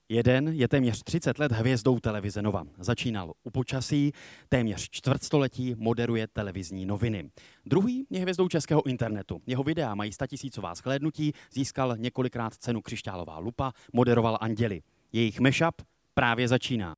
Jeden je téměř 30 let hvězdou televize Nova. Začínal u počasí, téměř čtvrtstoletí moderuje televizní noviny. Druhý je hvězdou českého internetu. Jeho videa mají 100 000 shlédnutí, získal několikrát cenu Křišťálová lupa, moderoval Anděli. Jejich mashup právě začíná.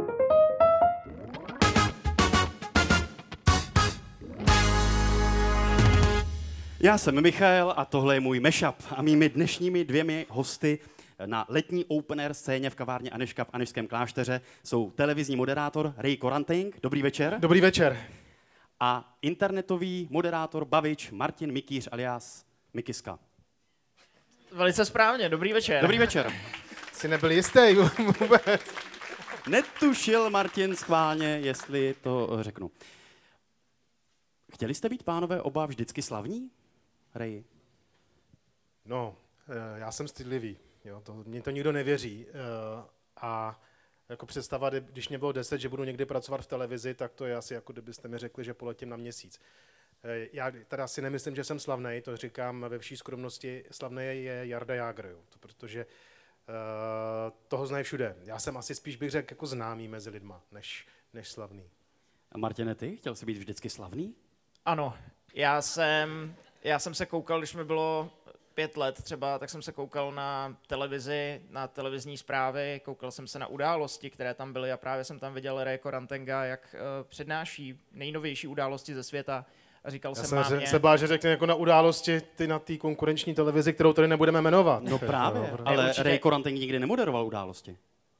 Já jsem Michael a tohle je můj mashup. A mými dnešními dvěmi hosty na letní open air scéně v kavárně Anežka v Anežském klášteře jsou televizní moderátor Ray Koranting. Dobrý večer. Dobrý večer. A internetový moderátor, bavič Martin Mikýř alias Mikiska. Velice správně, dobrý večer. Dobrý večer. Jsi nebyl jistý vůbec. Netušil Martin schválně, jestli to řeknu. Chtěli jste být, pánové, oba vždycky slavní? Ray? No, já jsem stydlivý. Jo, mě to nikdo nevěří. A jako představa, když mě bylo 10, že budu někdy pracovat v televizi, tak to je asi jako kdybyste mi řekli, že poletím na měsíc. Já teda si nemyslím, že jsem slavnej, to říkám ve vší skromnosti. Slavnej je Jarda Jágr, jo, protože toho znají všude. Já jsem asi spíš bych řekl jako známý mezi lidma, než slavný. A Martine, ty? Chtěl jsi být vždycky slavný? Ano, já jsem se koukal, když mi bylo 5 let třeba, tak jsem se koukal na televizi, na televizní zprávy, koukal jsem se na události, které tam byly a právě jsem tam viděl Ray Korantinga, jak přednáší nejnovější události ze světa a říkal jsem mámě... se bál, že řekne jako na události ty na té konkurenční televizi, kterou tady nebudeme jmenovat. No právě, ale určitě... Ray Koranting nikdy nemoderoval události.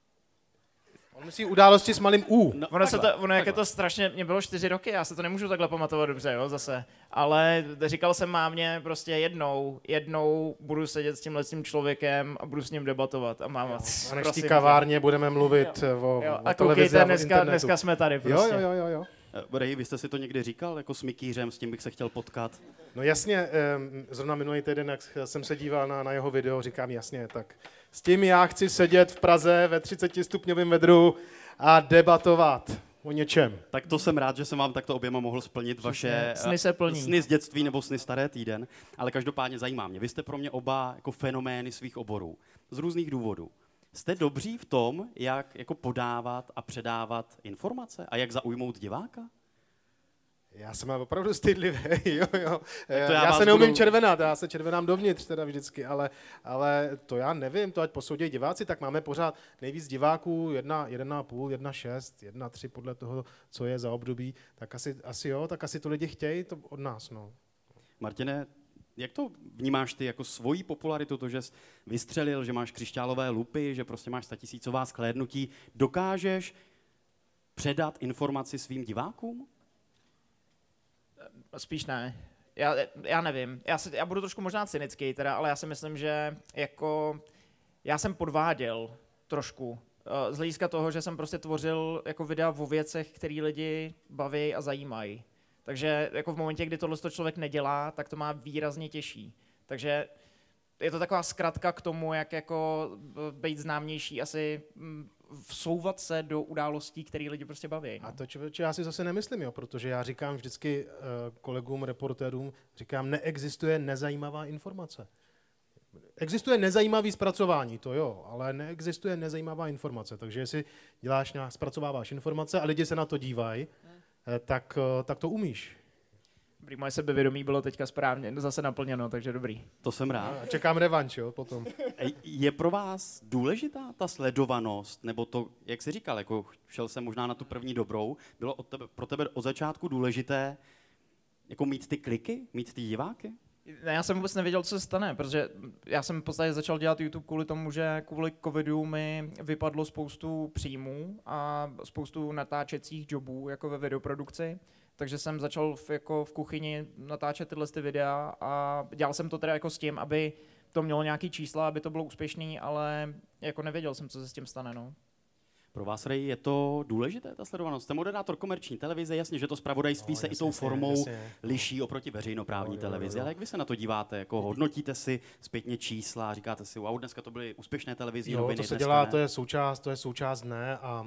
On myslí události s malým U. No, jak je to strašně, mě bylo 4 roky, já se to nemůžu takhle pamatovat dobře, jo, zase. Ale říkal jsem mámě prostě jednou budu sedět s tímhletím člověkem a budu s ním debatovat. A máma, a než v té kavárně budeme mluvit o televizi a o internetu. Dneska jsme tady prostě. Jo. Ray, vy jste si to někdy říkal, jako s Mikýřem, s tím bych se chtěl potkat? No jasně, zrovna minulý týden, jak jsem se díval na jeho video, říkám jasně, tak s tím já chci sedět v Praze ve 30stupňovém vedru a debatovat o něčem. Tak to jsem rád, že jsem vám takto oběma mohl splnit vaše sny z dětství nebo sny staré týden, ale každopádně zajímá mě. Vy jste pro mě oba jako fenomény svých oborů, z různých důvodů. Jste dobří v tom, jak jako podávat a předávat informace a jak zaujmout diváka? Já jsem opravdu stydlivý, jo. Já se neumím červenat, já se červenám dovnitř teda vždycky, ale to já nevím, to ať posoudí diváci, tak máme pořád nejvíc diváků, 1,5, 1,6, 1,3 podle toho, co je za období, tak asi to lidi chtějí to od nás, no. Martine, jak to vnímáš ty jako svoji popularitu, to, že jsi vystřelil, že máš křišťálové lupy, že prostě máš 100 000 shlédnutí, dokážeš předat informaci svým divákům? Spíš ne. Já nevím. Já budu trošku možná cynický teda, ale já si myslím, že jako já jsem podváděl trošku. Z hlediska toho, že jsem prostě tvořil jako videa o věcech, které lidi baví a zajímají. Takže jako v momentě, kdy tohle člověk nedělá, tak to má výrazně těžší. Takže je to taková zkratka k tomu, jak jako být známější, asi vsouvat se do událostí, které lidi prostě baví. No. A to člověče já si zase nemyslím, jo, protože já říkám vždycky kolegům, reportérům, říkám, neexistuje nezajímavá informace. Existuje nezajímavý zpracování, to jo, ale neexistuje nezajímavá informace. Takže jestli zpracováváš informace a lidi se na to dívají, tak to umíš. Dobrý, moje sebevědomí bylo teďka správně zase naplněno, takže dobrý. To jsem rád. A čekám revanš, jo, potom. Je pro vás důležitá ta sledovanost, nebo to, jak jsi říkal, jako šel jsem možná na tu první dobrou, bylo pro tebe od začátku důležité jako mít ty kliky, mít ty diváky? Ne, já jsem vůbec nevěděl, co se stane, protože já jsem v podstatě začal dělat YouTube kvůli tomu, že kvůli covidu mi vypadlo spoustu příjmů a spoustu natáčecích jobů jako ve videoprodukci. Takže jsem začal v kuchyni natáčet tyhle videa a dělal jsem to teda jako s tím, aby to mělo nějaký čísla, aby to bylo úspěšný, ale jako nevěděl jsem, co se s tím stane. No. Pro vás, Ray, je to důležité, ta sledovanost? Jste moderátor komerční televize, jasně, že to zpravodajství se i tou formou liší oproti veřejnoprávní televizi, ale jak vy se na to díváte? Jako hodnotíte si zpětně čísla, říkáte si, wow, dneska to byly úspěšné televizní noviny. To se dělá, to je součást dne a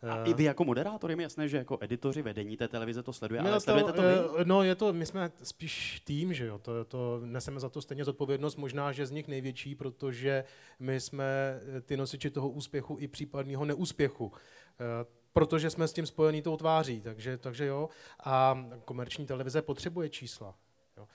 A i vy jako moderátor, je mi jasné, že jako editoři, vedení té televize to sleduje, ale sledujete to vy? No my jsme spíš tým, že jo, to neseme za to stejně zodpovědnost, možná, že z nich největší, protože my jsme ty nosiči toho úspěchu i případného neúspěchu. Protože jsme s tím spojení tou tváří, takže jo. A komerční televize potřebuje čísla. Jo.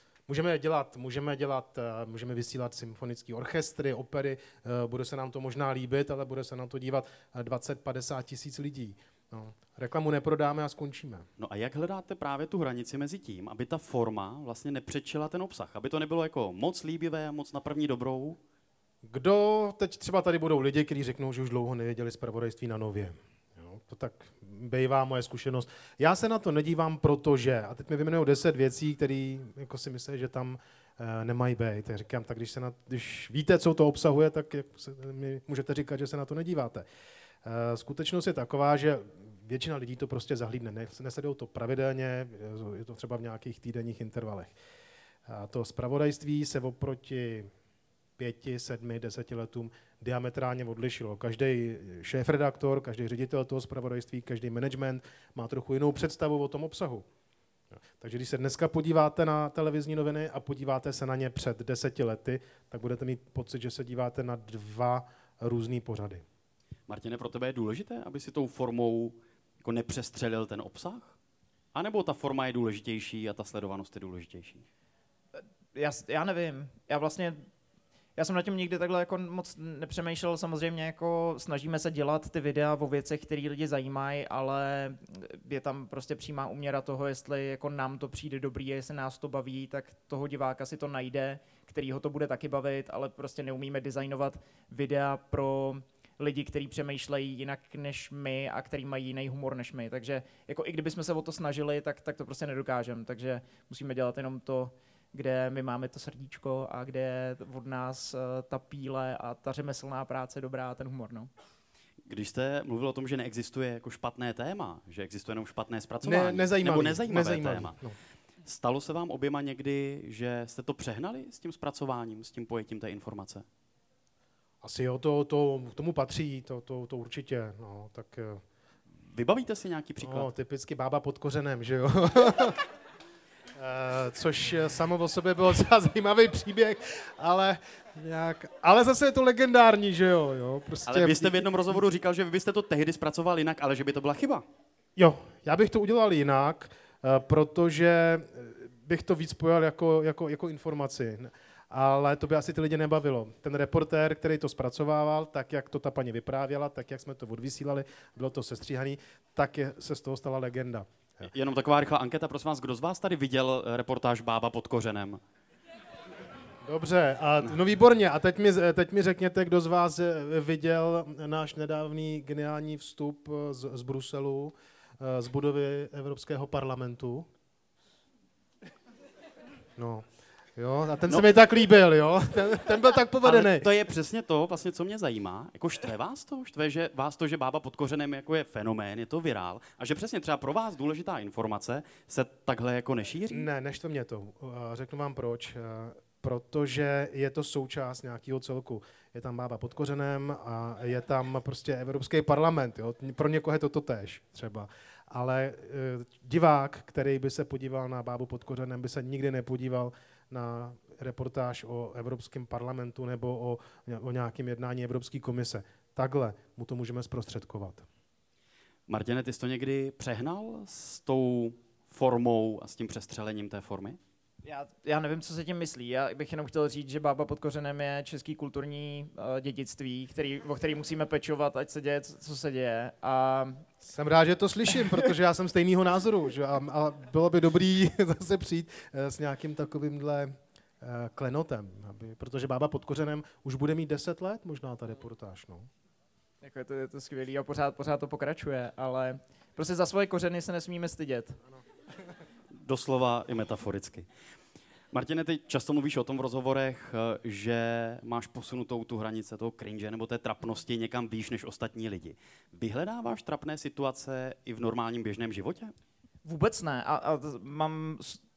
Můžeme vysílat symfonické orchestry, opery, bude se nám to možná líbit, ale bude se nám to dívat 20-50 tisíc lidí. No. Reklamu neprodáme a skončíme. No a jak hledáte právě tu hranici mezi tím, aby ta forma vlastně nepředčila ten obsah, aby to nebylo jako moc líbivé, moc na první dobrou? Teď třeba tady budou lidi, kteří řeknou, že už dlouho nevěděli zpravodajství na Nově. To tak bývá moje zkušenost. Já se na to nedívám, protože, a teď mi vyjmenují 10 věcí, které jako si myslí, že tam nemají být. Tak říkám, tak když víte, co to obsahuje, tak mi můžete říkat, že se na to nedíváte. Skutečnost je taková, že většina lidí to prostě zahlídne. Nesledují to pravidelně, je to třeba v nějakých týdenních intervalech. A to zpravodajství se oproti 5, 7, 10 letům diametrálně odlišilo. Každý šéfredaktor, každý ředitel toho zpravodajství, každý management má trochu jinou představu o tom obsahu. Takže když se dneska podíváte na televizní noviny a podíváte se na ně před 10 lety, tak budete mít pocit, že se díváte na 2 různý pořady. Martine, pro tebe je důležité, aby si tou formou jako nepřestřelil ten obsah? A nebo ta forma je důležitější a ta sledovanost je důležitější? Já nevím. Já jsem nad tím nikdy takhle jako moc nepřemýšlel, samozřejmě jako snažíme se dělat ty videa o věcech, které lidi zajímají, ale je tam prostě přímá úměra toho, jestli jako nám to přijde dobrý, jestli nás to baví, tak toho diváka si to najde, který ho to bude taky bavit, ale prostě neumíme designovat videa pro lidi, kteří přemýšlejí jinak než my a kteří mají jiný humor než my. Takže jako i kdybychom se o to snažili, tak to prostě nedokážeme. Takže musíme dělat jenom to, kde my máme to srdíčko a kde je od nás ta píle a ta řemeslná práce dobrá a ten humor. No. Když jste mluvil o tom, že neexistuje jako špatné téma, že existuje jenom špatné zpracování, nebo nezajímavé téma. No. Stalo se vám oběma někdy, že jste to přehnali s tím zpracováním, s tím pojetím té informace? Asi jo, tomu patří, to určitě. No, tak, vybavíte si nějaký příklad? No, typicky bába pod kořenem, že jo? Což samo o sobě byl docela zajímavý příběh, ale zase je to legendární, že jo? Prostě... Ale vy jste v jednom rozhovoru říkal, že vy byste to tehdy zpracoval jinak, ale že by to byla chyba. Jo, já bych to udělal jinak, protože bych to víc pojal jako informaci. Ale to by asi ty lidi nebavilo. Ten reportér, který to zpracovával, tak jak to ta paní vyprávěla, tak jak jsme to odvysílali, bylo to sestříhané, tak se z toho stala legenda. Jenom taková rychlá anketa, prosím vás, kdo z vás tady viděl reportáž Bába pod kořenem? Dobře, no výborně. A teď mi řekněte, kdo z vás viděl náš nedávný geniální vstup z Bruselu, z budovy Evropského parlamentu. No. Jo, a ten se mi tak líbil, jo? Ten byl tak povedený. Ale to je přesně to, vlastně, co mě zajímá. Jako štve vás to? Štve vás to, že Bába pod kořenem jako je fenomén, je to virál, a že přesně třeba pro vás důležitá informace se takhle jako nešíří? Ne, neštve mě to. Řeknu vám proč. Protože je to součást nějakého celku. Je tam Bába pod kořenem a je tam prostě Evropský parlament. Jo? Pro někoho je to totéž třeba. Ale divák, který by se podíval na Bábu pod kořenem, by se nikdy nepodíval na reportáž o Evropském parlamentu nebo o nějakém jednání Evropské komise. Takhle mu to můžeme zprostředkovat. Martine, ty jsi to někdy přehnal s tou formou a s tím přestřelením té formy? Já nevím, co se tím myslí. Já bych jenom chtěl říct, že Bába pod kořenem je český kulturní dědictví, o který musíme pečovat, ať se děje, co se děje. A jsem rád, že to slyším, protože já jsem stejného názoru. Že? A bylo by dobrý zase přijít s nějakým takovýmhle klenotem. Protože Bába pod kořenem už bude mít 10 let, možná ta reportáž. No. Jako je to skvělý a pořád to pokračuje, ale prostě za svoje kořeny se nesmíme stydět. Ano. Doslova i metaforicky. Martine, ty často mluvíš o tom v rozhovorech, že máš posunutou tu hranici toho cringe nebo té trapnosti někam výš než ostatní lidi. Vyhledáváš trapné situace i v normálním běžném životě? Vůbec ne. A mám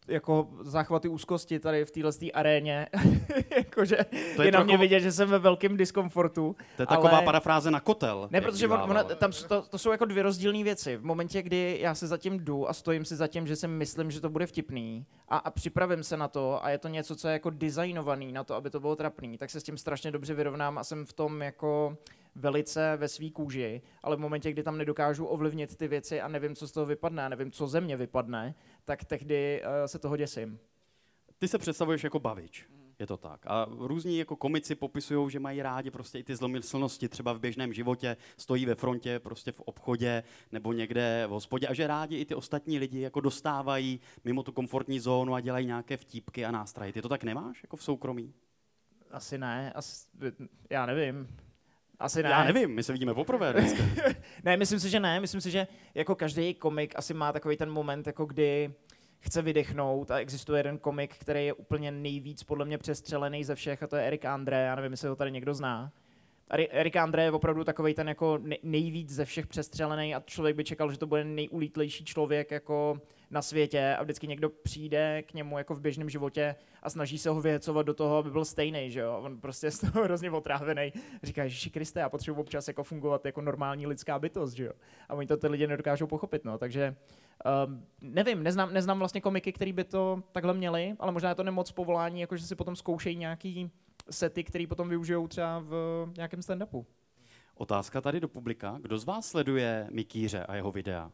jako záchvaty úzkosti tady v téhle aréně. Jakože To je na mě vidět, že jsem ve velkém diskomfortu. To je taková parafráze na kotel. Ne, protože to jsou jako dvě rozdílné věci. V momentě, kdy já se zatím jdu a stojím si za tím, že si myslím, že to bude vtipný a připravím se na to a je to něco, co je jako designovaný na to, aby to bylo trapný, tak se s tím strašně dobře vyrovnám a jsem v tom jako velice ve svý kůži, ale v momentě, kdy tam nedokážu ovlivnit ty věci a nevím, co z toho vypadne, a nevím, co ze mě vypadne, tak tehdy se toho děsím. Ty se představuješ jako bavič. Je to tak. A různí jako komici popisují, že mají rádi prostě i ty zlomyslnosti třeba v běžném životě, stojí ve frontě, prostě v obchodě nebo někde v hospodě a že rádi i ty ostatní lidi jako dostávají mimo tu komfortní zónu a dělají nějaké vtípky a nástrahy. Ty to tak nemáš jako v soukromí? Asi ne, já nevím. Asi ne. Já nevím, my se vidíme poprvé dneska. Ne, myslím si, že ne. Myslím si, že jako každý komik asi má takový ten moment, jako kdy chce vydechnout a existuje jeden komik, který je úplně nejvíc podle mě přestřelený ze všech a to je Erik André, já nevím, jestli ho tady někdo zná. Erik André je opravdu takovej ten jako nejvíc ze všech přestřelený a člověk by čekal, že to bude nejulítlejší člověk jako na světě a vždycky někdo přijde k němu jako v běžném životě a snaží se ho vyhecovat do toho, aby byl stejný, že jo. On prostě je z toho hrozně otrávený. Říká, Ježiši Kriste, já potřebuji občas jako fungovat jako normální lidská bytost, že jo. A oni to ty lidi nedokážou pochopit, no. Takže nevím, neznám vlastně komiky, který by to takhle měli, ale možná je to nemoc povolání, jako že si potom zkoušejí nějaký sety, který potom využijou třeba v nějakém stand-upu. Otázka tady do publika. Kdo z vás sleduje Mikýře a jeho videa?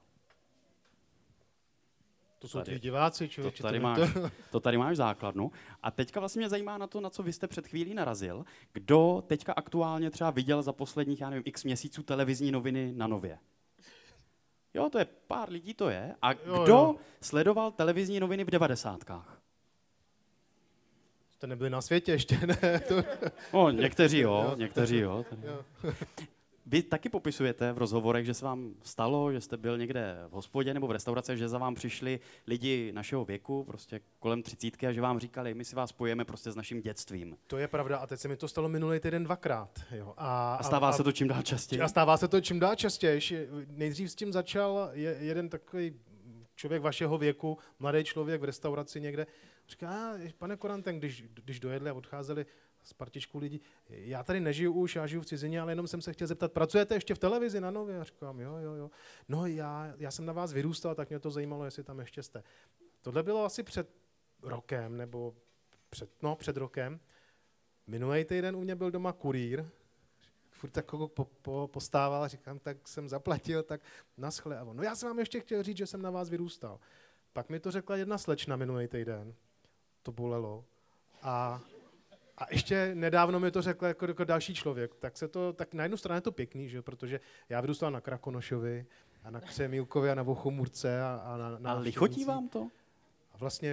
To jsou ty diváci, člověče. To tady máš základnu. A teďka vlastně mě zajímá na to, na co vy jste před chvílí narazil. Kdo teďka aktuálně třeba viděl za posledních, já nevím, x měsíců televizní noviny na Nově? Jo, to je pár lidí, to je. A kdo sledoval televizní noviny v 90kách? Jste nebyli na světě ještě, ne? No, někteří jo. Vy taky popisujete v rozhovorech, že se vám stalo, že jste byl někde v hospodě nebo v restauraci, že za vám přišli lidi našeho věku, prostě kolem 30 a že vám říkali, my si vás spojíme prostě s naším dětstvím. To je pravda a teď se mi to stalo minulý týden 2krát. Jo. A stává se to čím dál častěji? A stává se to čím dál častěji. Nejdřív s tím začal jeden takový člověk vašeho věku, mladý člověk v restauraci někde, říká, pane Koranten, když dojedli a odcházeli s partičkou lidí, já tady nežiju už, já žiju v cizině, ale jenom jsem se chtěl zeptat, pracujete ještě v televizi na Nově? A říkám, jo. No já jsem na vás vyrůstal, tak mě to zajímalo, jestli tam ještě jste. Tohle bylo asi před rokem, nebo před rokem. Minulý týden u mě byl doma kurýr, furt tak postával, říkám, tak jsem zaplatil, tak naschle. No já jsem vám ještě chtěl říct, že jsem na vás vyrůstal. Pak mi to řekla jedna slečna minulý týden, to bolelo. A ještě nedávno mi to řekl jako další člověk. Tak na jednu stranu je to pěkný, že? Protože já vyrůstal na Krakonošovi a na Křemílkově a na Vochomůrce a na A lichotí vám to? A vlastně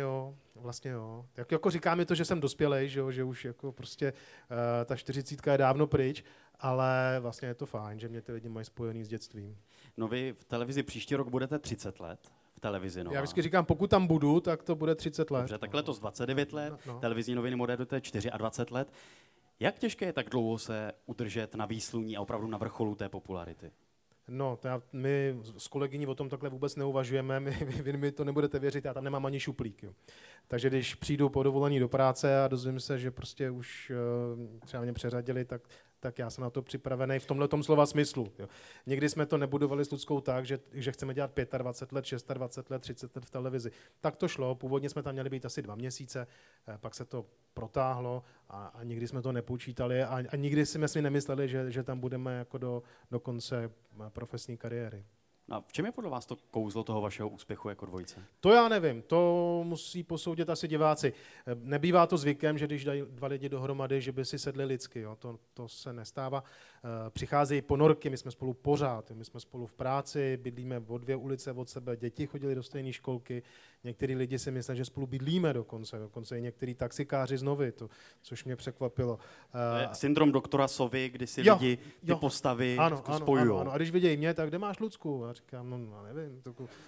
jo. Tak jako říká mi to, že jsem dospělej, že už jako prostě ta 40 je dávno pryč, ale vlastně je to fajn, že mě ty lidi mají spojený s dětstvím. No vy v televizi příští rok budete 30 let. V televizi Nová. Já vždycky říkám, pokud tam budu, tak to bude 30 let. Dobře, tak letos 29 let, televizní noviny moderujete 24 let. Jak těžké je tak dlouho se udržet na výsluní a opravdu na vrcholu té popularity? No, my s kolegyní o tom takhle vůbec neuvažujeme, vy to nebudete věřit, já tam nemám ani šuplík. Jo. Takže když přijdu po dovolení do práce a dozvím se, že prostě už třeba mě přeřadili, tak já jsem na to připravený v tomhletom slova smyslu. Jo. Někdy jsme to nebudovali s Luckou tak, že chceme dělat 25 let, 26 let, 30 let v televizi. Tak to šlo, původně jsme tam měli být asi 2 měsíce, pak se to protáhlo a nikdy jsme to nepočítali a nikdy si myslím nemysleli, že tam budeme jako do konce profesní kariéry. A v čem je podle vás to kouzlo toho vašeho úspěchu jako dvojice? To já nevím, to musí posoudit asi diváci. Nebývá to zvykem, že když dají 2 lidi dohromady, že by si sedli lidsky, jo? To se nestává. Přicházejí ponorky, my jsme spolu pořád, my jsme spolu v práci, bydlíme o 2 ulice od sebe, děti chodili do stejné školky, některý lidi si myslí, že spolu bydlíme dokonce i některý taxikáři z Novy, což mě překvapilo. Syndrom doktora Sovy, kdy si lidi ty postavy spojují. Ano. A když vidějí mě, tak kde máš Lucku? A říkám, no nevím,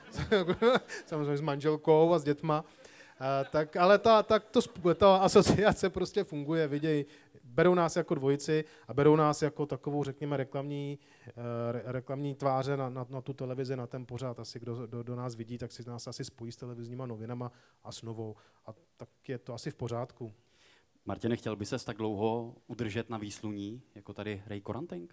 samozřejmě s manželkou a s dětma. Ale ta asociace prostě funguje, vidějí berou nás jako dvojici a berou nás jako takovou, řekněme, reklamní tváře na tu televizi, na ten pořad. Asi kdo nás vidí, tak si nás asi spojí s televizníma novinama a s Novou. A tak je to asi v pořádku. Martine, chtěl by ses tak dlouho udržet na výsluní, jako tady Ray Koranteng?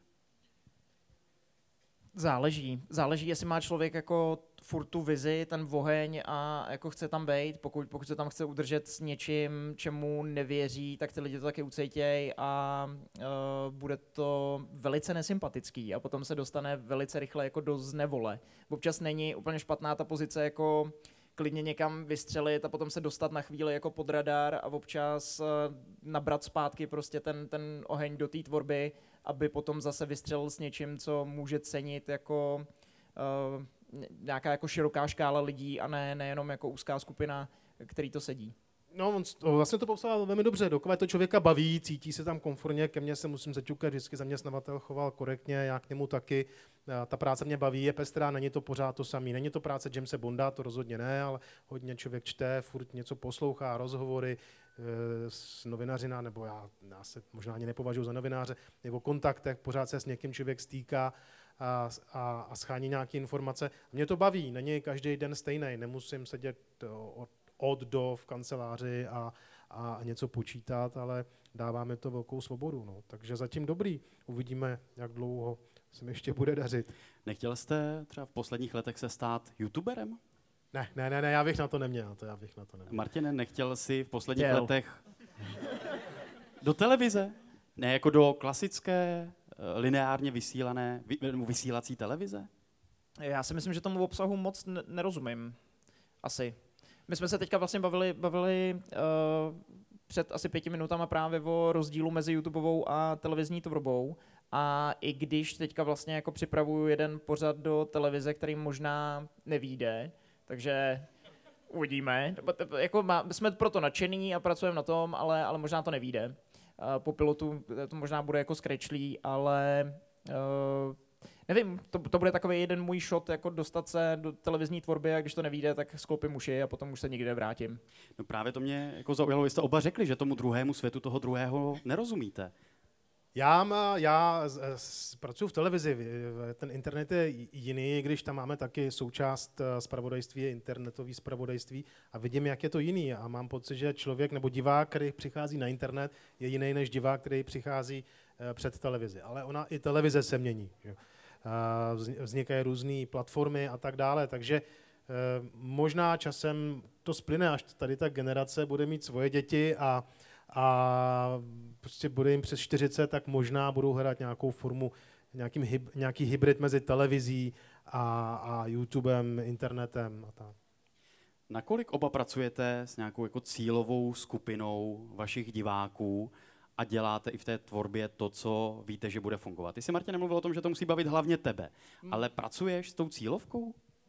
Záleží, jestli má člověk jako furt tu vizi, ten oheň a jako chce tam být. Pokud se tam chce udržet s něčím, čemu nevěří, tak ty lidi to taky ucejtějí a bude to velice nesympatický a potom se dostane velice rychle jako do znevole. Občas není úplně špatná ta pozice jako klidně někam vystřelit a potom se dostat na chvíli jako pod radar a občas nabrat zpátky prostě ten oheň do té tvorby, aby potom zase vystřelil s něčím, co může cenit jako nějaká jako široká škála lidí a ne jenom jako úzká skupina, který to sedí. No, on vlastně to popsal velmi dobře. Dokud to člověka baví, cítí se tam komfortně, ke mně se musím zaťukat, vždycky zaměstnavatel choval korektně, já k němu taky. Ta práce mě baví, je pestrá, není to pořád to samý. Není to práce Jamese Bonda, to rozhodně ne, ale hodně člověk čte, furt něco poslouchá, rozhovory s novinařina, nebo já se možná ani nepovažuji za novináře, nebo kontaktech, pořád se s někým člověk stýká a schání nějaké informace. Mě to baví, není každý den stejný, nemusím sedět od do v kanceláři a něco počítat, ale dáváme to velkou svobodu. No. Takže zatím dobrý. Uvidíme, jak dlouho se mi ještě bude dařit. Nechtěl jste třeba v posledních letech se stát youtuberem? Ne, já bych na to neměl. Martine, nechtěl jsi v posledních letech do televize? Ne jako do klasické, lineárně vysílací televize? Já si myslím, že tomu obsahu moc nerozumím. Asi. My jsme se teďka vlastně bavili před asi 5 minutama právě o rozdílu mezi YouTubeovou a televizní tvorbou. A i když teďka vlastně jako připravuju jeden pořad do televize, který možná nevyjde, takže uvidíme. Jako jsme proto nadšený a pracujeme na tom, ale možná to nevyjde. Po pilotu to možná bude jako skrečlý, ale nevím, to bude takový jeden můj shot, jako dostat se do televizní tvorby a když to nevyjde, tak sklopím uši a potom už se nikdy nevrátím. No právě to mě jako zaujalo, vy jste oba řekli, že tomu druhému světu toho druhého nerozumíte. Já pracuji v televizi, ten internet je jiný, když tam máme taky součást zpravodajství, internetové zpravodajství a vidím, jak je to jiný a mám pocit, že člověk nebo divák, který přichází na internet, je jiný než divák, který přichází před televizi. Ale ona i televize se mění. Že? Vznikají různé platformy a tak dále, takže možná časem to splyne, až tady ta generace bude mít svoje děti a prostě bude jim přes 40, tak možná budou hledat nějakou formu, nějaký hybrid mezi televizí a YouTubem, internetem a tak. Nakolik oba pracujete s nějakou jako cílovou skupinou vašich diváků a děláte i v té tvorbě to, co víte, že bude fungovat? Ty jsi, Martin, nemluvil o tom, že to musí bavit hlavně tebe, ale pracuješ s tou cílovkou?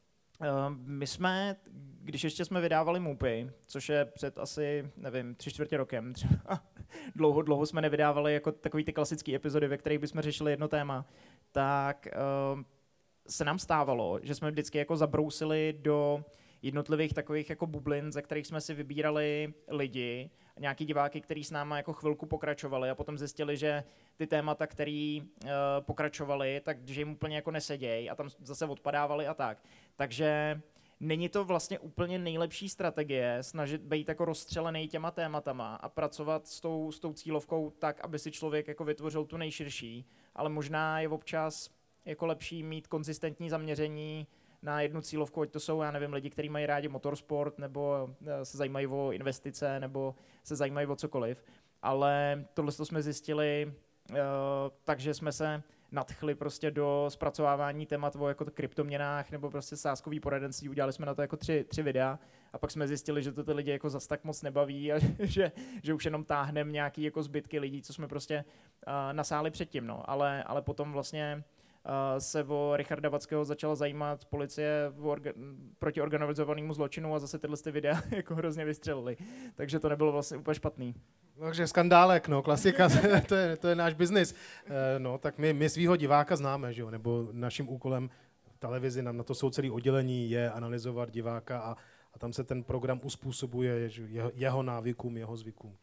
My jsme, když ještě jsme vydávali Mupy, což je před asi, nevím, 3/4 rokem třeba, dlouho jsme nevydávali jako takový ty klasické epizody, ve kterých bychom řešili jedno téma, tak se nám stávalo, že jsme vždycky jako zabrousili do jednotlivých takových jako bublin, ze kterých jsme si vybírali lidi, nějaký diváky, kteří s náma jako chvilku pokračovali a potom zjistili, že ty témata, který pokračovali, takže jim úplně jako nesedějí a tam zase odpadávali a tak. Takže není to vlastně úplně nejlepší strategie snažit být jako rozstřelený těma tématama a pracovat s tou cílovkou tak, aby si člověk jako vytvořil tu nejširší, ale možná je občas jako lepší mít konzistentní zaměření na jednu cílovku, ať to jsou, já nevím, lidi, kteří mají rádi motorsport, nebo se zajímají o investice, nebo se zajímají o cokoliv. Ale tohle jsme zjistili, takže jsme se nadchli prostě do zpracovávání témat o jako kryptoměnách nebo prostě sázkový poradenství. Udělali jsme na to jako 3 videa a pak jsme zjistili, že to ty lidi jako zas tak moc nebaví a že už jenom táhneme nějaký jako zbytky lidí, co jsme prostě nasáli předtím. No. Ale potom vlastně se o Richarda Vackého začala zajímat policie proti organizovanému zločinu a zase tyhle videa jako hrozně vystřelili. Takže to nebylo vlastně úplně špatný. Takže skandálek, no, klasika, to je náš biznis. No, tak my svýho diváka známe, že jo? Nebo naším úkolem v televizi, na to jsou celý oddělení, je analyzovat diváka a tam se ten program uspůsobuje jeho návykům, jeho zvykům.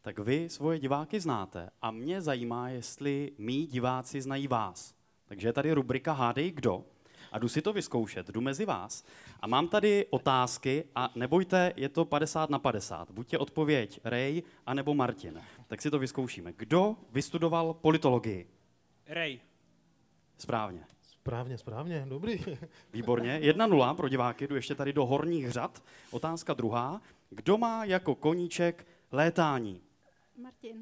tak vy svoje diváky znáte a mě zajímá, jestli mý diváci znají vás. Takže je tady rubrika Hádej kdo a jdu si to vyzkoušet, jdu mezi vás a mám tady otázky a nebojte, je to 50/50. Buď je odpověď Ray, anebo Martin. Tak si to vyzkoušíme. Kdo vystudoval politologii? Ray. Správně. Správně, dobrý. Výborně. 1-0 pro diváky, jdu ještě tady do horních řad. Otázka druhá. Kdo má jako koníček létání? Martin.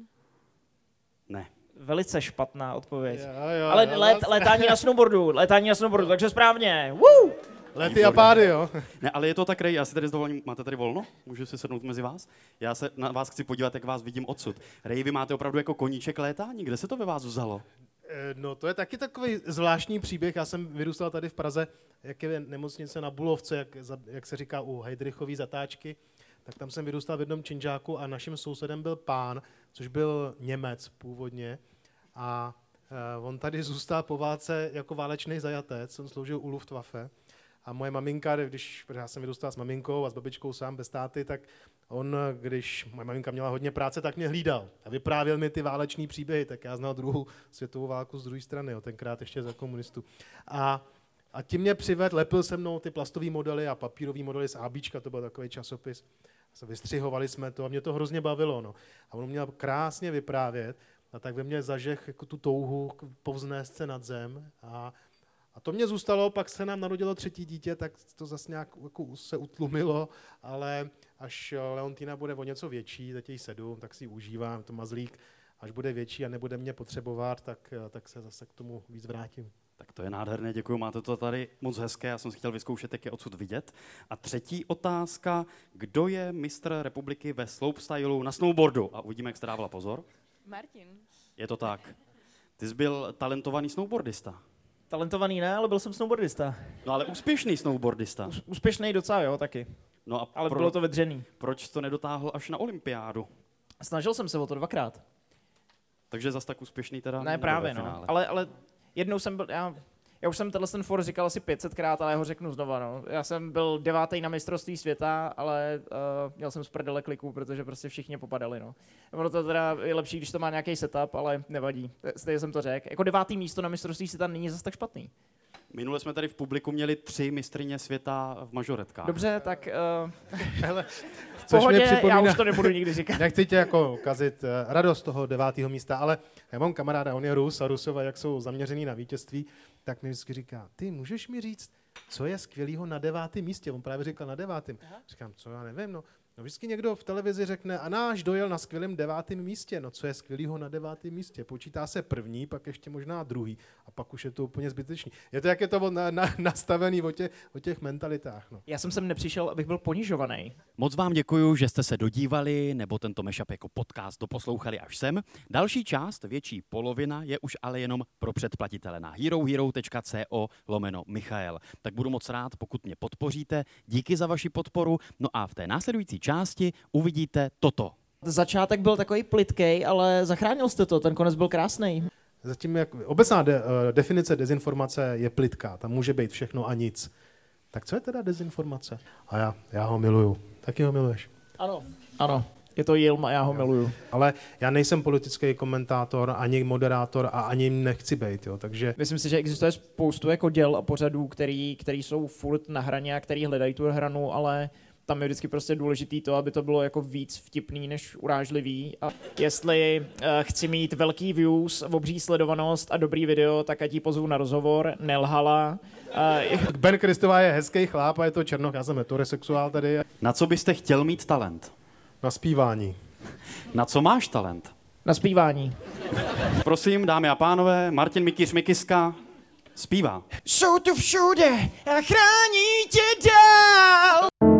Ne. Velice špatná odpověď. Jo, Ale létání na snowboardu, takže správně. Woo! Lety a pády, jo. Ne, ale je to tak, Ray, já si tady s dovolením, máte tady volno? Můžu si sednout mezi vás? Já se na vás chci podívat, jak vás vidím odsud. Ray, vy máte opravdu jako koníček létání? Kde se to ve vás vzalo? No to je taky takový zvláštní příběh. Já jsem vyrůstal tady v Praze, jak je nemocnice na Bulovce, jak se říká u Heydrichové zatáčky. Tak tam jsem vyrůstal v jednom činžáku a naším sousedem byl pán, což byl Němec původně. A on tady zůstal po válce jako válečný zajatec, on sloužil u Luftwaffe. A moje maminka, když já jsem vyrůstal s maminkou a s babičkou sám bez táty, tak on, když moje maminka měla hodně práce, tak mě hlídal a vyprávěl mi ty váleční příběhy, tak já znal druhou světovou válku z druhé strany, jo, tenkrát ještě za komunistů. A tím mě přivedl, lepil se mnou ty plastové modely a papírové modely z ABčka, to byl takový časopis. Vystřihovali jsme to a mě to hrozně bavilo. No. A on měl krásně vyprávět a tak ve mně zažeh jako tu touhu povznést se nad zem a to mě zůstalo, pak se nám narodilo třetí dítě, tak to zase nějak jako se utlumilo, ale až Leontína bude o něco větší, teď jí 7, tak si ji užívám, to mazlík, až bude větší a nebude mě potřebovat, tak se zase k tomu víc vrátím. Tak to je nádherné, děkuji, máte to tady moc hezké, já jsem si chtěl vyzkoušet, jak je odsud vidět. A třetí otázka, kdo je mistr republiky ve slopestylu na snowboardu? A uvidíme, jak jste dávala pozor. Martin. Je to tak. Ty jsi byl talentovaný snowboardista. Talentovaný ne, ale byl jsem snowboardista. No ale úspěšný snowboardista. Úspěšný docela, jo, taky. No a Ale bylo to vedřený. Proč to nedotáhl až na olympiádu? Snažil jsem se o to 2krát. Takže zas tak úspěšný teda Ne, právě, no. Ale jednou jsem byl, já už jsem ten for říkal asi 500krát, ale já ho řeknu znova, no. Já jsem byl 9. na mistrovství světa, ale měl jsem z prdele kliků, protože prostě všichni popadali, no. Ono to teda je lepší, když to má nějaký setup, ale nevadí. Stejně jsem to řekl. Jako 9. místo na mistrovství světa není zase tak špatný. Minule jsme tady v publiku měli 3 mistryně světa v mažoretkách. Dobře, tak Hele, v pohodě, já už to nebudu nikdy říkat. Nechci tě jako kazit radost toho 9. místa, ale já mám kamaráda, on je Rus a Rusové, jak jsou zaměřený na vítězství, tak mi vždycky říká, ty můžeš mi říct, co je skvělýho na 9. místě? On právě říkal na 9. Říkám, co já nevím, no vždycky někdo v televizi řekne, a náš dojel na skvělém 9. místě. No co je skvělýho na 9. místě? Počítá se první, pak ještě možná druhý a pak už je to úplně zbytečný. Je to, jak je to nastavený o těch mentalitách. No. Já jsem sem nepřišel, abych byl ponižovaný. Moc vám děkuju, že jste se dodívali nebo tento mashup jako podcast doposlouchali až sem. Další část, větší polovina, je už ale jenom pro předplatitele na herohero.co/Michael. Tak budu moc rád, pokud mě podpoříte. Díky za vaši podporu. No a v té následující části uvidíte toto. Začátek byl takový plytkej, ale zachránil jste to, ten konec byl krásný. Zatím obecná definice dezinformace je plytká, tam může být všechno a nic. Tak co je teda dezinformace? A já ho miluju. Taky ho miluješ? Ano. Je to Jilm a já ho miluju. Ale já nejsem politický komentátor, ani moderátor a ani nechci být, jo, takže... Myslím si, že existuje spoustu jako děl a pořadů, který jsou furt na hraně a který hledají tu hranu, ale tam je vždycky prostě důležitý to, aby to bylo jako víc vtipný než urážlivý. A jestli chci mít velký views, obří sledovanost a dobrý video, tak ať jí pozvu na rozhovor, nelhala. Ben Kristová je hezký chlap a je to černoch, já jsem heterosexuál tady. Na co byste chtěl mít talent? Na zpívání. Na co máš talent? Na zpívání. Prosím, dámy a pánové, Martin Mikýř Mikiska zpívá. Jsou tu všude a chrání tě dál.